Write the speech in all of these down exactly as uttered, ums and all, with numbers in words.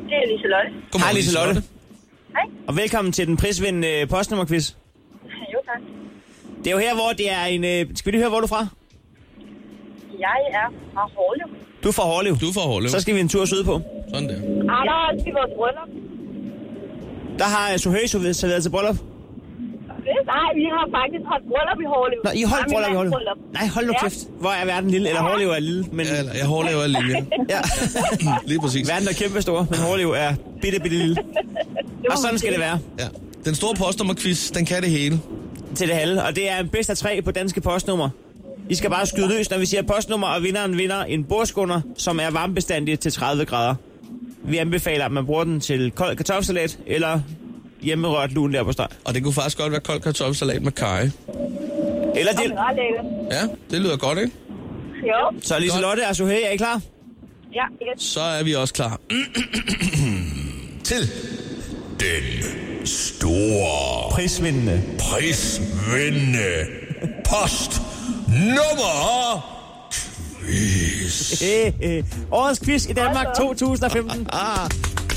Det er Liselotte. Godmorgen, Hej Liselotte. Hej. Og velkommen til den prisvindende postnummerquiz. Jo, tak. Det er jo her, hvor det er en... Øh, skal vi lige høre, hvor du er fra? Jeg er fra Hårlev. Du er fra Hårlev. Du får Hårlev. Så skal vi en tur syd på. Sådan der. Anders, det er vores bryllup. Der har Sohøj serveret til bryllup. Nej, vi har faktisk holdt bryllup i Hårlev. Nå, I holdt Nej, bryllup i Hårlev. bryllup. Nej, hold nu Ja. kæft. Hvor er verden lille? Eller Hårlev er lille, men... Ja, eller, jeg Hårlev er lille. Ja. Lige præcis. Verden er kæmpe stor, men Hårlev er bitte, bitte lille. Og sådan skal det være. Ja. Den store postnummerquiz, den kan det hele. Til det halve. Og det er en bedst af tre på danske postnummer. I skal bare skyde løs, når vi siger postnummer, og vinderen vinder en bordskunder, som er varmebestandig til tredive grader. Vi anbefaler, at man bruger den til kold kartoffelsalat eller hjemmerørt lun der på steg. Og det kunne faktisk godt være kold kartoffelsalat med kaj. Eller det. Ja, det lyder godt, ikke? Jo. Så Liselotte og Sohøj, er I klar? Ja, yes. Så er vi også klar. Til den store Prisvindende. prisvindende postnummer quiz. Årets quiz i Danmark to tusind femten. Ah,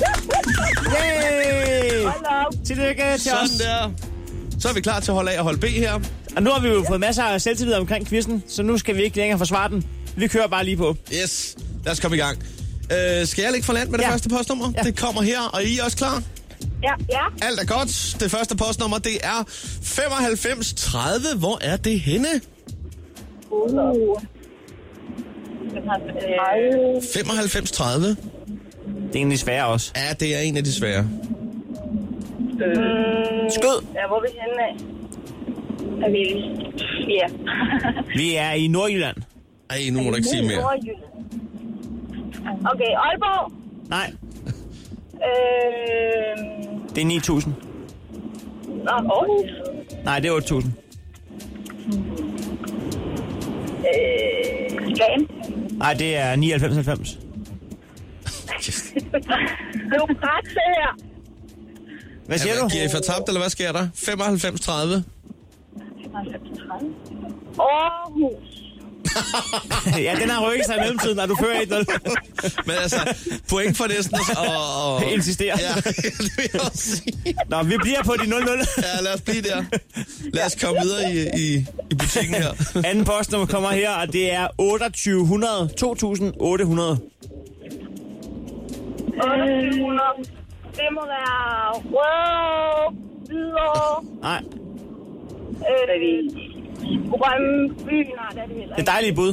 Yay! Hold op. Tillykke til sådan os. der. Så er vi klar til at holde A og holde B her. Og nu har vi jo fået masser af selvtillid omkring quizzen, så nu skal vi ikke længere forsvare den. Vi kører bare lige på. Yes, lad os komme i gang. Øh, skal jeg lægge for land med det Ja. første postnummer? Ja. Det kommer her, og I er også klar? Ja, ja. Alt er godt. Det første postnummer, det er femoghalvfems tredive. Hvor er det henne? Uh. Den har, øh, femoghalvfems tredive. Det er egentlig svære også. Ja, det er en af de svære. øh, Skød. Ja, hvor er vi henne af? Er vi... Ja. Vi er i Nordjylland. Ej, nu må du ikke sige mere. Nordjylland. Okay, Aalborg. Nej, Øh... det er ni tusind. Nå, Aarhus. Nej, det er otte tusind. Øh... Skagen. Nej, det er nioghalvfems halvfems. Det er jo ret det her. Hvad siger Ja, du? giver I for tabt, eller hvad sker der? femoghalvfems tredive. Aarhus. Ja, den har rykket sig i mellemtiden, når du fører et nul. Men altså, point for næsten og... og... Insisterer. Ja, det vil jeg også sige. Nå, vi bliver på de nul nul. Ja, lad os blive der. Lad os komme videre i, i, i butikken her. Anden postnummer kommer her, og det er otteogtyve hundrede. to tusind otte hundrede. otteogtyve hundrede. Det må være Rød, Hvidovre, Nej, øh, Brøndby, nej, det er det heller det er ikke. dejligt bud. Øh,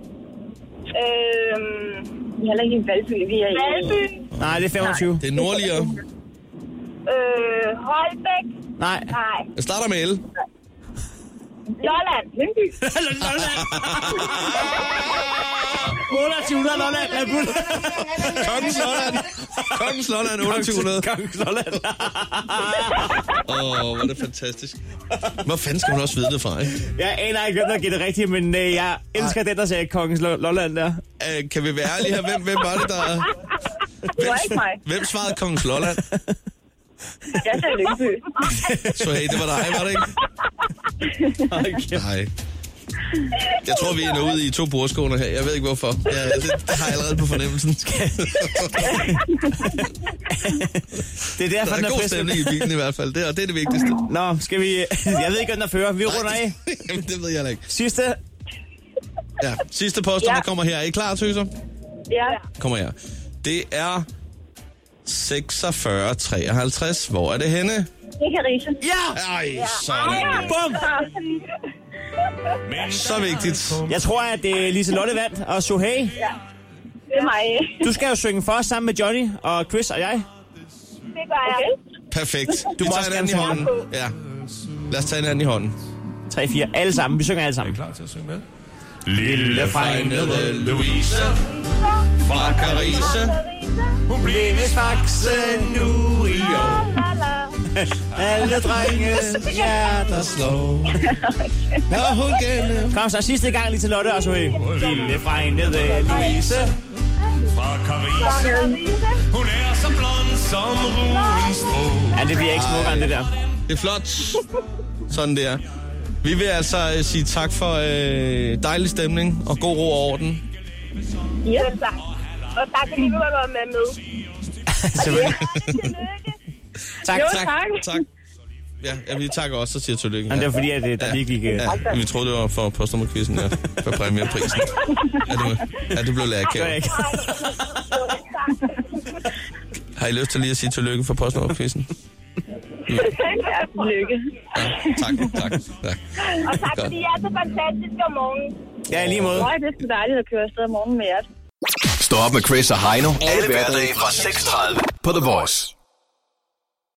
vi er heller ikke i Valby, vi er i... Valby? Nej, det er femogtyve. Det er nordligere. Øh, Holbæk? Nej. Nej. Jeg starter med L. Lolland? Lyngby? Lolland. otteogtyve hundrede Lolland er bud. Kongens Lolland. Kongens Lolland, otteogtyve hundrede. Kongens Lolland. Åh, oh, hvor er det fantastisk. Hvor fanden skal man også vide det fra, ikke? Jeg aner ikke, hvem der giver det rigtigt, men øh, jeg elsker Ej. den, der sagde Kongens Lo- Lolland der. Uh, kan vi være ærlige her? Hvem, hvem var det, der... Det var ikke mig. Hvem svarede Kongens Lolland? Jeg sagde Lyngby. Så hey, det var dig, var det ikke? Okay. Nej. Jeg tror, vi er nået i to bordskåner her. Jeg ved ikke, hvorfor. Ja, det, det har jeg allerede på fornemmelsen. Det er Der derfor, er den er god pris. stemning i bilen i hvert fald. Det, og det er det vigtigste. Nå, skal vi... Jeg ved ikke, hvem der fører. Vi runder af. Jamen, det ved jeg heller ikke. Sidste. Ja, sidste postnummer Ja. kommer her. Er I klar, tøser? Ja. Kommer her. Det er seksogfyrre treoghalvtreds. Hvor er det henne? Det kan Riese. Ja! Ej, sådan. Bum! Så vigtigt. Jeg tror, at det er Liselotte vandt, og Sohøj. Det er mig. Du skal jo synge for os sammen med Johnny og Chris og jeg. Det gør jeg. Okay. Perfekt. Du Vi må tager også hinanden i gerne hånden. Ja. Lad os tage hinanden i hånden. tre fire. Alle sammen. Vi synger alle sammen. Klar til at synge med? Lille fregnede Louise fra Carise. Hun blev med fakse nu i år. Alle drenges hjerter slår. Når hun gennem. Kom så sidste gang lige til Lotte og Sohøj. Lille fregnede Louise. Fra Carise. Hun er så blond som rugens strå. Ja, det bliver ikke smukkere end det der. Det er flot. Sådan der. Vi vil altså øh, sige tak for øh, dejlig stemning og god ro og orden. Ja, tak. Og tak fordi du var med med. Selvfølgelig. Tak, Jo, tak. tak. Tak. Ja, ja, vi takker også og siger tillykke. Men det var fordi, at det, der lige gik... Ja, ja, vi troede, det var for postnummerquizzen, ja. For præmieprisen. Ja, det, ja, det blev lært Det var kære. ikke. Har I lyst til lige at sige tillykke for postnummerquizzen? Lykke. Ja, tak, tak. Ja. Og tak fordi I er så fantastiske om morgenen. Ja, i lige måde. Øj, det er så dejligt at køre afsted om morgenen med jer. Stå op med Chris og Heino. Alle hverdage fra seks tredive på The Voice.